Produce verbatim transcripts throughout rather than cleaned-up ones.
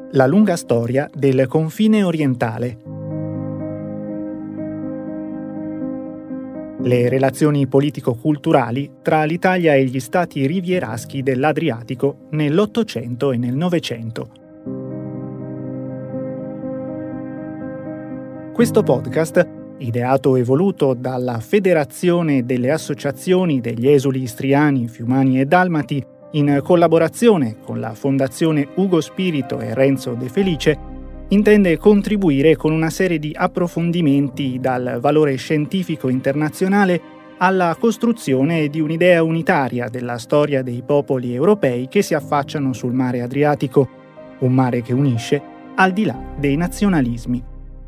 La lunga storia del confine orientale. Le relazioni politico-culturali tra l'Italia e gli stati rivieraschi dell'Adriatico nell'Ottocento e nel Novecento. Questo podcast, ideato e voluto dalla Federazione delle Associazioni degli Esuli Istriani, Fiumani e Dalmati, in collaborazione con la Fondazione Ugo Spirito e Renzo De Felice, intende contribuire con una serie di approfondimenti dal valore scientifico internazionale alla costruzione di un'idea unitaria della storia dei popoli europei che si affacciano sul mare Adriatico, un mare che unisce al di là dei nazionalismi.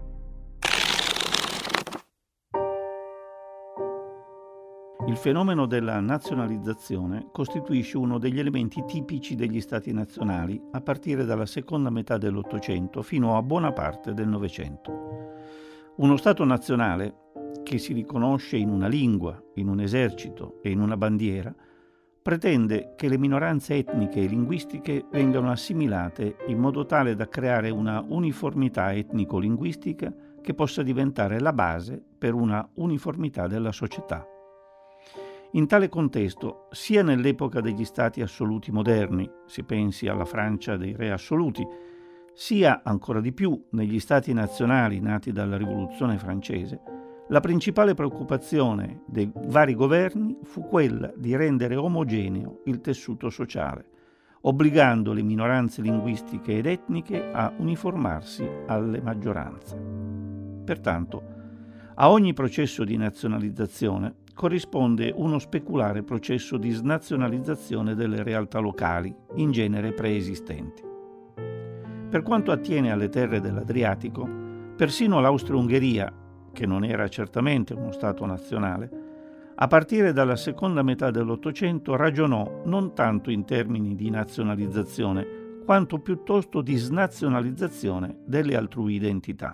Il fenomeno della nazionalizzazione costituisce uno degli elementi tipici degli Stati nazionali a partire dalla seconda metà dell'Ottocento fino a buona parte del Novecento. Uno Stato nazionale che si riconosce in una lingua, in un esercito e in una bandiera pretende che le minoranze etniche e linguistiche vengano assimilate in modo tale da creare una uniformità etnico-linguistica che possa diventare la base per una uniformità della società. In tale contesto, sia nell'epoca degli stati assoluti moderni, si pensi alla Francia dei re assoluti, sia ancora di più negli stati nazionali nati dalla Rivoluzione francese, la principale preoccupazione dei vari governi fu quella di rendere omogeneo il tessuto sociale, obbligando le minoranze linguistiche ed etniche a uniformarsi alle maggioranze. Pertanto, a ogni processo di nazionalizzazione corrisponde uno speculare processo di snazionalizzazione delle realtà locali, in genere preesistenti. Per quanto attiene alle terre dell'Adriatico, persino l'Austria-Ungheria, che non era certamente uno Stato nazionale, a partire dalla seconda metà dell'Ottocento ragionò non tanto in termini di nazionalizzazione, quanto piuttosto di snazionalizzazione delle altrui identità.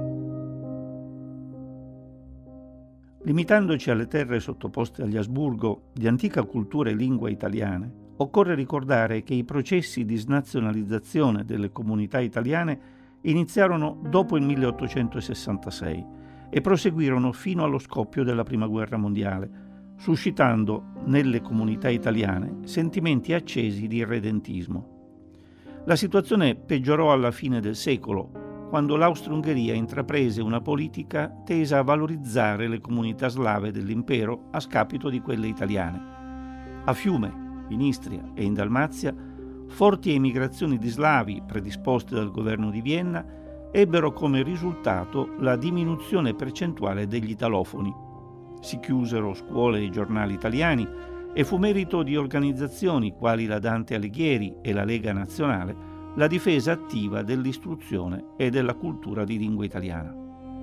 Limitandoci alle terre sottoposte agli Asburgo, di antica cultura e lingua italiane, occorre ricordare che i processi di snazionalizzazione delle comunità italiane iniziarono dopo il milleottocentosessantasei e proseguirono fino allo scoppio della Prima Guerra Mondiale, suscitando nelle comunità italiane sentimenti accesi di irredentismo. La situazione peggiorò alla fine del secolo, quando l'Austria-Ungheria intraprese una politica tesa a valorizzare le comunità slave dell'impero a scapito di quelle italiane. A Fiume, in Istria e in Dalmazia, forti emigrazioni di slavi predisposte dal governo di Vienna ebbero come risultato la diminuzione percentuale degli italofoni. Si chiusero scuole e giornali italiani e fu merito di organizzazioni quali la Dante Alighieri e la Lega Nazionale la difesa attiva dell'istruzione e della cultura di lingua italiana.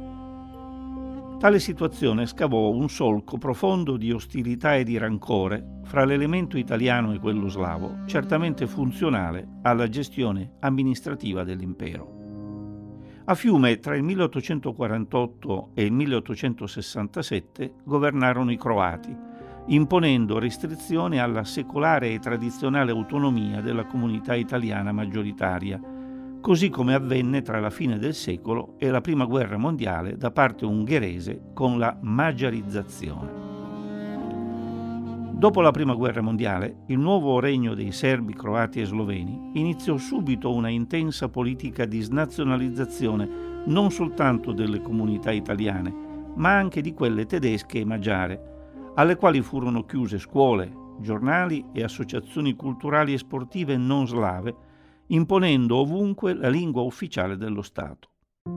Tale situazione scavò un solco profondo di ostilità e di rancore fra l'elemento italiano e quello slavo, certamente funzionale alla gestione amministrativa dell'impero. A Fiume, tra il milleottocentoquarantotto e il milleottocentosessantasette, governarono i croati, imponendo restrizioni alla secolare e tradizionale autonomia della comunità italiana maggioritaria, così come avvenne tra la fine del secolo e la Prima Guerra Mondiale da parte ungherese con la magiarizzazione. Dopo la Prima Guerra Mondiale, il nuovo regno dei serbi, croati e sloveni iniziò subito una intensa politica di snazionalizzazione non soltanto delle comunità italiane, ma anche di quelle tedesche e magiare, alle quali furono chiuse scuole, giornali e associazioni culturali e sportive non slave, imponendo ovunque la lingua ufficiale dello Stato.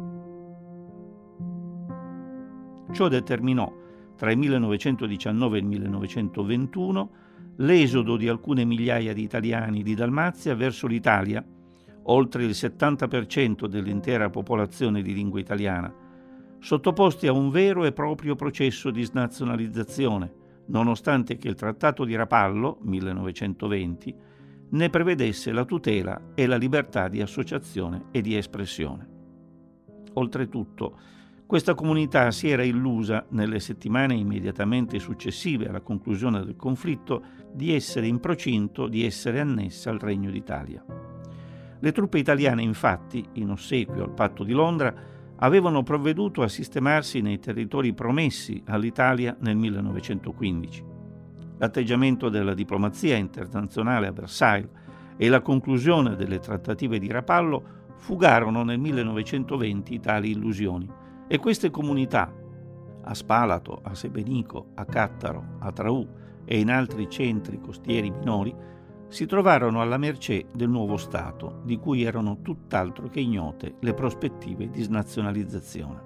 Ciò determinò, tra il millenovecentodiciannove e il millenovecentoventuno, l'esodo di alcune migliaia di italiani di Dalmazia verso l'Italia, oltre il settanta per cento dell'intera popolazione di lingua italiana, sottoposti a un vero e proprio processo di snazionalizzazione, nonostante che il Trattato di Rapallo, millenovecentoventi, ne prevedesse la tutela e la libertà di associazione e di espressione. Oltretutto, questa comunità si era illusa, nelle settimane immediatamente successive alla conclusione del conflitto, di essere in procinto di essere annessa al Regno d'Italia. Le truppe italiane, infatti, in ossequio al patto di Londra, avevano provveduto a sistemarsi nei territori promessi all'Italia nel millenovecentoquindici. L'atteggiamento della diplomazia internazionale a Versailles e la conclusione delle trattative di Rapallo fugarono nel millenovecentoventi tali illusioni e queste comunità, a Spalato, a Sebenico, a Cattaro, a Traù e in altri centri costieri minori, si trovarono alla mercé del nuovo Stato, di cui erano tutt'altro che ignote le prospettive di snazionalizzazione.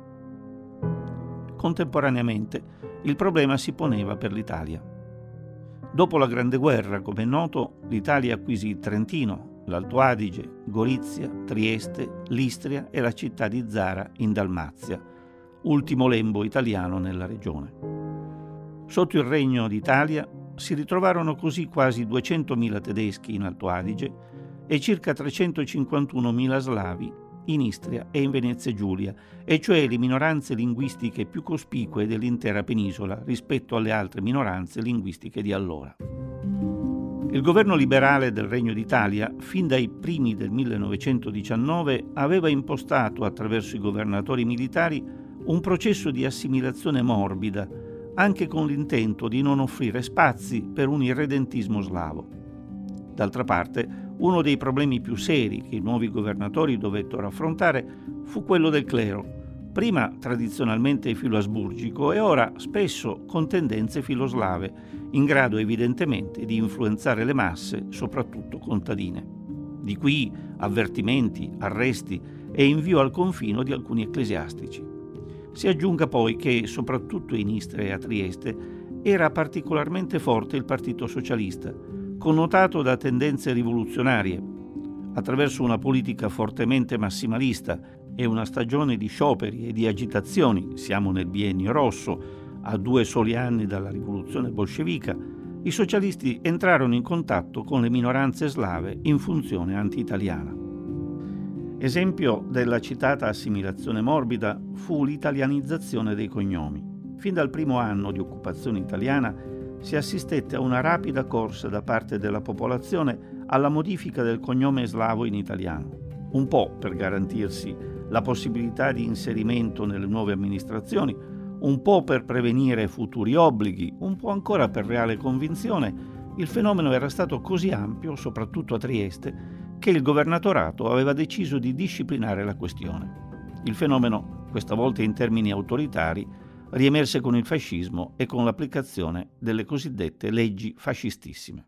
Contemporaneamente, il problema si poneva per l'Italia. Dopo la Grande Guerra, come è noto, l'Italia acquisì Trentino, l'Alto Adige, Gorizia, Trieste, l'Istria e la città di Zara in Dalmazia, ultimo lembo italiano nella regione. Sotto il Regno d'Italia si ritrovarono così quasi duecentomila tedeschi in Alto Adige e circa trecentocinquantunomila slavi in Istria e in Venezia Giulia, e cioè le minoranze linguistiche più cospicue dell'intera penisola rispetto alle altre minoranze linguistiche di allora. Il governo liberale del Regno d'Italia, fin dai primi del millenovecentodiciannove, aveva impostato attraverso i governatori militari un processo di assimilazione morbida, anche con l'intento di non offrire spazi per un irredentismo slavo. D'altra parte, uno dei problemi più seri che i nuovi governatori dovettero affrontare fu quello del clero, prima tradizionalmente filoasburgico e ora spesso con tendenze filoslave, in grado evidentemente di influenzare le masse, soprattutto contadine. Di qui avvertimenti, arresti e invio al confino di alcuni ecclesiastici. Si aggiunga poi che, soprattutto in Istria e a Trieste, era particolarmente forte il Partito Socialista, connotato da tendenze rivoluzionarie. Attraverso una politica fortemente massimalista e una stagione di scioperi e di agitazioni, siamo nel biennio rosso, a due soli anni dalla rivoluzione bolscevica, i socialisti entrarono in contatto con le minoranze slave in funzione anti-italiana. Esempio della citata assimilazione morbida fu l'italianizzazione dei cognomi. Fin dal primo anno di occupazione italiana si assistette a una rapida corsa da parte della popolazione alla modifica del cognome slavo in italiano, un po' per garantirsi la possibilità di inserimento nelle nuove amministrazioni, un po' per prevenire futuri obblighi, un po' ancora per reale convinzione. Il fenomeno era stato così ampio, soprattutto a Trieste, che il governatorato aveva deciso di disciplinare la questione. Il fenomeno, questa volta in termini autoritari, riemerse con il fascismo e con l'applicazione delle cosiddette leggi fascistissime.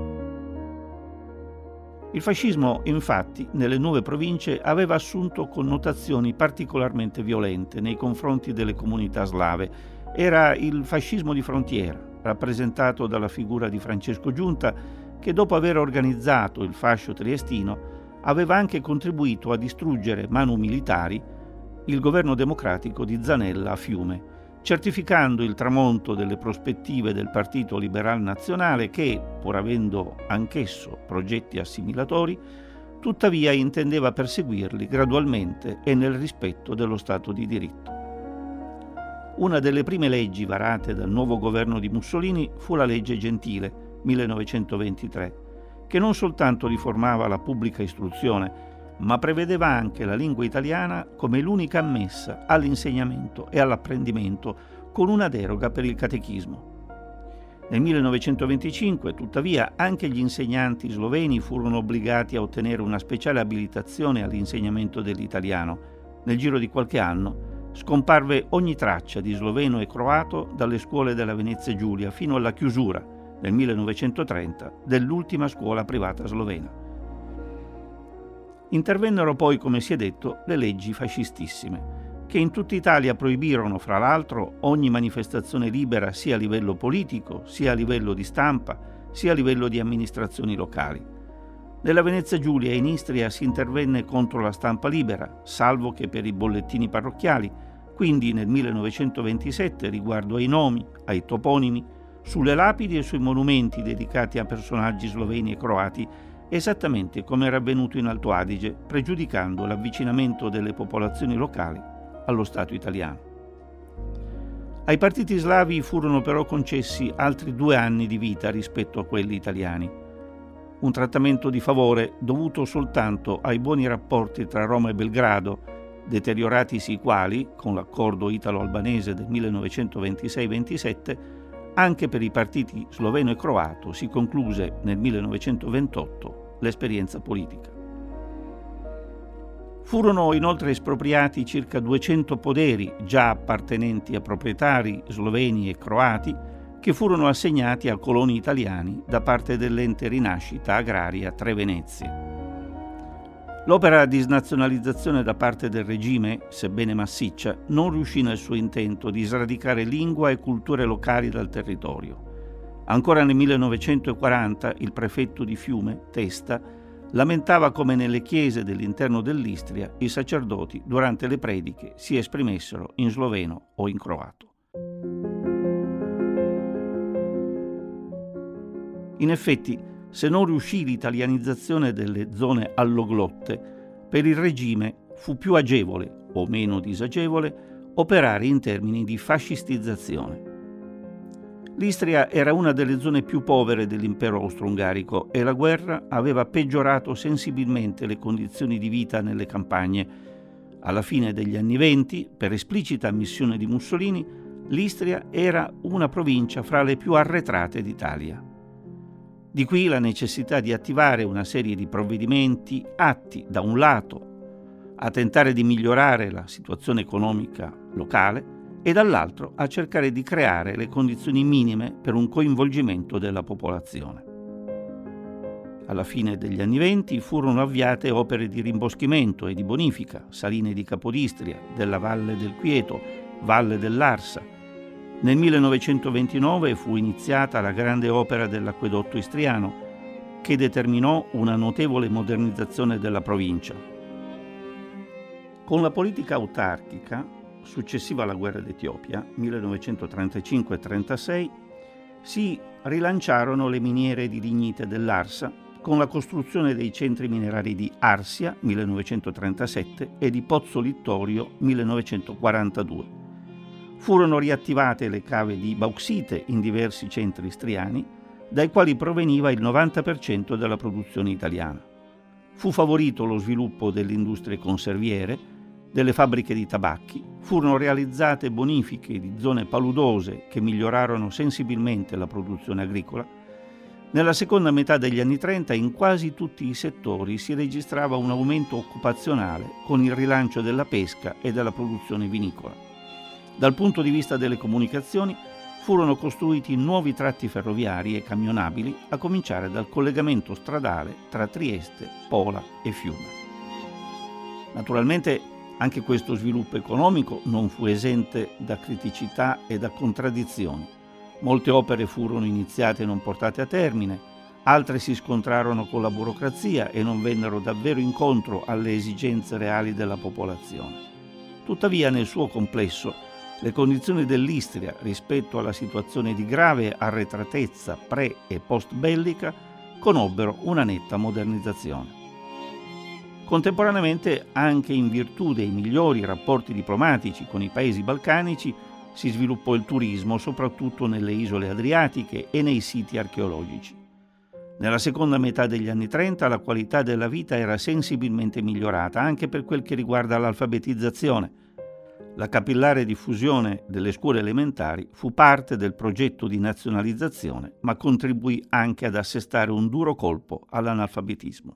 Il fascismo, infatti, nelle nuove province aveva assunto connotazioni particolarmente violente nei confronti delle comunità slave. Era il fascismo di frontiera, rappresentato dalla figura di Francesco Giunta, che dopo aver organizzato il fascio triestino aveva anche contribuito a distruggere manu militari il governo democratico di Zanella a Fiume, certificando il tramonto delle prospettive del Partito Liberal Nazionale che, pur avendo anch'esso progetti assimilatori, tuttavia intendeva perseguirli gradualmente e nel rispetto dello Stato di diritto. Una delle prime leggi varate dal nuovo governo di Mussolini fu la legge Gentile, millenovecentoventitré, che non soltanto riformava la pubblica istruzione, ma prevedeva anche la lingua italiana come l'unica ammessa all'insegnamento e all'apprendimento, con una deroga per il catechismo. Nel millenovecentoventicinque, tuttavia, anche gli insegnanti sloveni furono obbligati a ottenere una speciale abilitazione all'insegnamento dell'italiano. Nel giro di qualche anno scomparve ogni traccia di sloveno e croato dalle scuole della Venezia Giulia fino alla chiusura nel millenovecentotrenta dell'ultima scuola privata slovena. Intervennero poi, come si è detto, le leggi fascistissime, che in tutta Italia proibirono, fra l'altro, ogni manifestazione libera sia a livello politico, sia a livello di stampa, sia a livello di amministrazioni locali. Nella Venezia Giulia e in Istria si intervenne contro la stampa libera, salvo che per i bollettini parrocchiali, quindi nel millenovecentoventisette riguardo ai nomi, ai toponimi, sulle lapidi e sui monumenti dedicati a personaggi sloveni e croati, esattamente come era avvenuto in Alto Adige, pregiudicando l'avvicinamento delle popolazioni locali allo Stato italiano. Ai partiti slavi furono però concessi altri due anni di vita rispetto a quelli italiani. un trattamento di favore dovuto soltanto ai buoni rapporti tra Roma e Belgrado, deterioratisi i quali, con l'accordo italo-albanese del millenovecentoventisei ventisette, anche per i partiti sloveno e croato si concluse nel millenovecentoventotto l'esperienza politica. Furono inoltre espropriati circa duecento poderi già appartenenti a proprietari sloveni e croati che furono assegnati a coloni italiani da parte dell'ente Rinascita Agraria Tre Venezie. L'opera di snazionalizzazione da parte del regime, sebbene massiccia, non riuscì nel suo intento di sradicare lingua e culture locali dal territorio. Ancora nel millenovecentoquaranta il prefetto di Fiume, Testa, lamentava come nelle chiese dell'interno dell'Istria i sacerdoti durante le prediche si esprimessero in sloveno o in croato. In effetti, se non riuscì l'italianizzazione delle zone alloglotte, per il regime fu più agevole, o meno disagevole, operare in termini di fascistizzazione. L'Istria era una delle zone più povere dell'impero austro-ungarico e la guerra aveva peggiorato sensibilmente le condizioni di vita nelle campagne. Alla fine degli anni venti, per esplicita ammissione di Mussolini, l'Istria era una provincia fra le più arretrate d'Italia. Di qui la necessità di attivare una serie di provvedimenti atti, da un lato, a tentare di migliorare la situazione economica locale e dall'altro a cercare di creare le condizioni minime per un coinvolgimento della popolazione. Alla fine degli anni venti furono avviate opere di rimboschimento e di bonifica, saline di Capodistria, della Valle del Quieto, Valle dell'Arsa. Nel millenovecentoventinove fu iniziata la grande opera dell'acquedotto istriano, che determinò una notevole modernizzazione della provincia. Con la politica autarchica, successiva alla guerra d'Etiopia, millenovecentotrentacinque trentasei, si rilanciarono le miniere di lignite dell'Arsa con la costruzione dei centri minerari di Arsia, millenovecentotrentasette, e di Pozzo Littorio, millenovecentoquarantadue. Furono riattivate le cave di bauxite in diversi centri istriani, dai quali proveniva il novanta per cento della produzione italiana. Fu favorito lo sviluppo delle industrie conserviere, delle fabbriche di tabacchi, furono realizzate bonifiche di zone paludose che migliorarono sensibilmente la produzione agricola. Nella seconda metà degli anni trenta in quasi tutti i settori si registrava un aumento occupazionale con il rilancio della pesca e della produzione vinicola. Dal punto di vista delle comunicazioni furono costruiti nuovi tratti ferroviari e camionabili, a cominciare dal collegamento stradale tra Trieste, Pola e Fiume. Naturalmente anche questo sviluppo economico non fu esente da criticità e da contraddizioni. Molte opere furono iniziate e non portate a termine, altre si scontrarono con la burocrazia e non vennero davvero incontro alle esigenze reali della popolazione. Tuttavia, nel suo complesso, le condizioni dell'Istria rispetto alla situazione di grave arretratezza pre- e post-bellica conobbero una netta modernizzazione. Contemporaneamente, anche in virtù dei migliori rapporti diplomatici con i paesi balcanici, si sviluppò il turismo soprattutto nelle isole adriatiche e nei siti archeologici. Nella seconda metà degli anni trenta la qualità della vita era sensibilmente migliorata anche per quel che riguarda l'alfabetizzazione. La capillare diffusione delle scuole elementari fu parte del progetto di nazionalizzazione, ma contribuì anche ad assestare un duro colpo all'analfabetismo.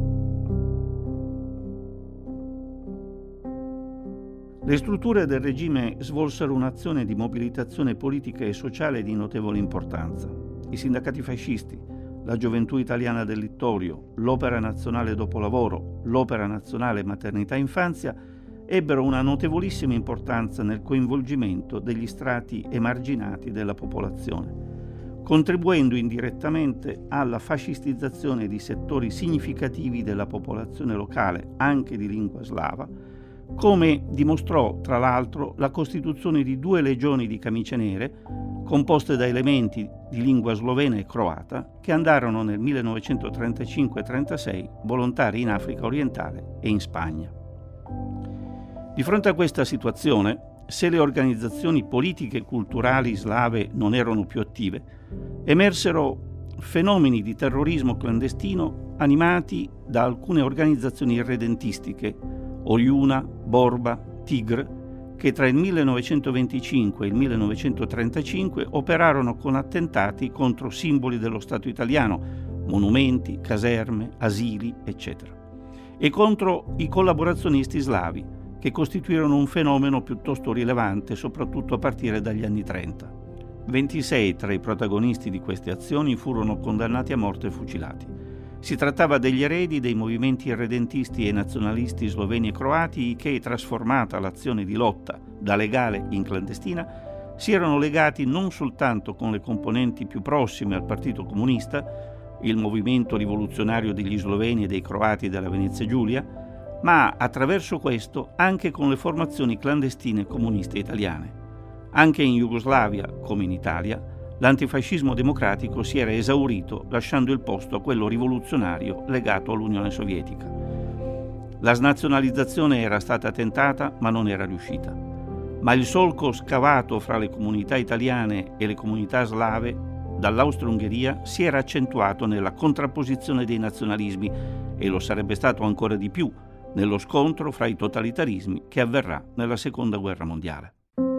Le strutture del regime svolsero un'azione di mobilitazione politica e sociale di notevole importanza. I sindacati fascisti, la Gioventù Italiana del Littorio, l'Opera Nazionale Dopolavoro, l'Opera Nazionale Maternità e Infanzia ebbero una notevolissima importanza nel coinvolgimento degli strati emarginati della popolazione, contribuendo indirettamente alla fascistizzazione di settori significativi della popolazione locale, anche di lingua slava, come dimostrò tra l'altro la costituzione di due legioni di camicie nere, composte da elementi di lingua slovena e croata, che andarono nel millenovecentotrentacinque trentasei volontari in Africa orientale e in Spagna. Di fronte a questa situazione, se le organizzazioni politiche e culturali slave non erano più attive, emersero fenomeni di terrorismo clandestino animati da alcune organizzazioni irredentistiche, Oliuna, Borba, Tigre, che tra il millenovecentoventicinque e il millenovecentotrentacinque operarono con attentati contro simboli dello Stato italiano, monumenti, caserme, asili, eccetera, e contro i collaborazionisti slavi, che costituirono un fenomeno piuttosto rilevante, soprattutto a partire dagli anni trenta. ventisei tra i protagonisti di queste azioni furono condannati a morte e fucilati. Si trattava degli eredi dei movimenti irredentisti e nazionalisti sloveni e croati che, trasformata l'azione di lotta da legale in clandestina, si erano legati non soltanto con le componenti più prossime al Partito Comunista, il movimento rivoluzionario degli sloveni e dei croati della Venezia Giulia, ma attraverso questo anche con le formazioni clandestine comuniste italiane. Anche in Jugoslavia, come in Italia, l'antifascismo democratico si era esaurito lasciando il posto a quello rivoluzionario legato all'Unione Sovietica. La snazionalizzazione era stata tentata ma non era riuscita. Ma il solco scavato fra le comunità italiane e le comunità slave dall'Austro-Ungheria si era accentuato nella contrapposizione dei nazionalismi e lo sarebbe stato ancora di più nello scontro fra i totalitarismi che avverrà nella Seconda Guerra Mondiale.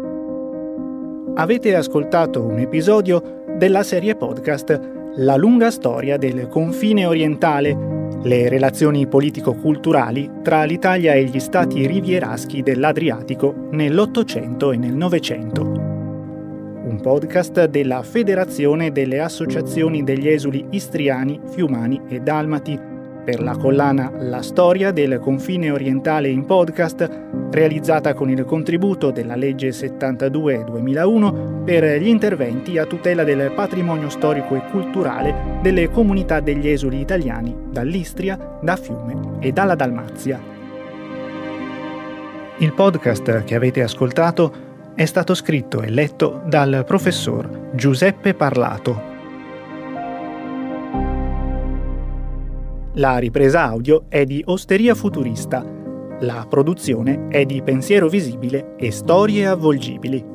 Avete ascoltato un episodio della serie podcast La lunga storia del confine orientale, le relazioni politico-culturali tra l'Italia e gli stati rivieraschi dell'Adriatico nell'Ottocento e nel Novecento. Un podcast della Federazione delle Associazioni degli Esuli Istriani, Fiumani e Dalmati per la collana La storia del confine orientale in podcast, realizzata con il contributo della legge settantadue duemilauno per gli interventi a tutela del patrimonio storico e culturale delle comunità degli esuli italiani dall'Istria, da Fiume e dalla Dalmazia. Il podcast che avete ascoltato è stato scritto e letto dal professor Giuseppe Parlato. La ripresa audio è di Osteria Futurista. La produzione è di Pensiero Visibile e Storie Avvolgibili.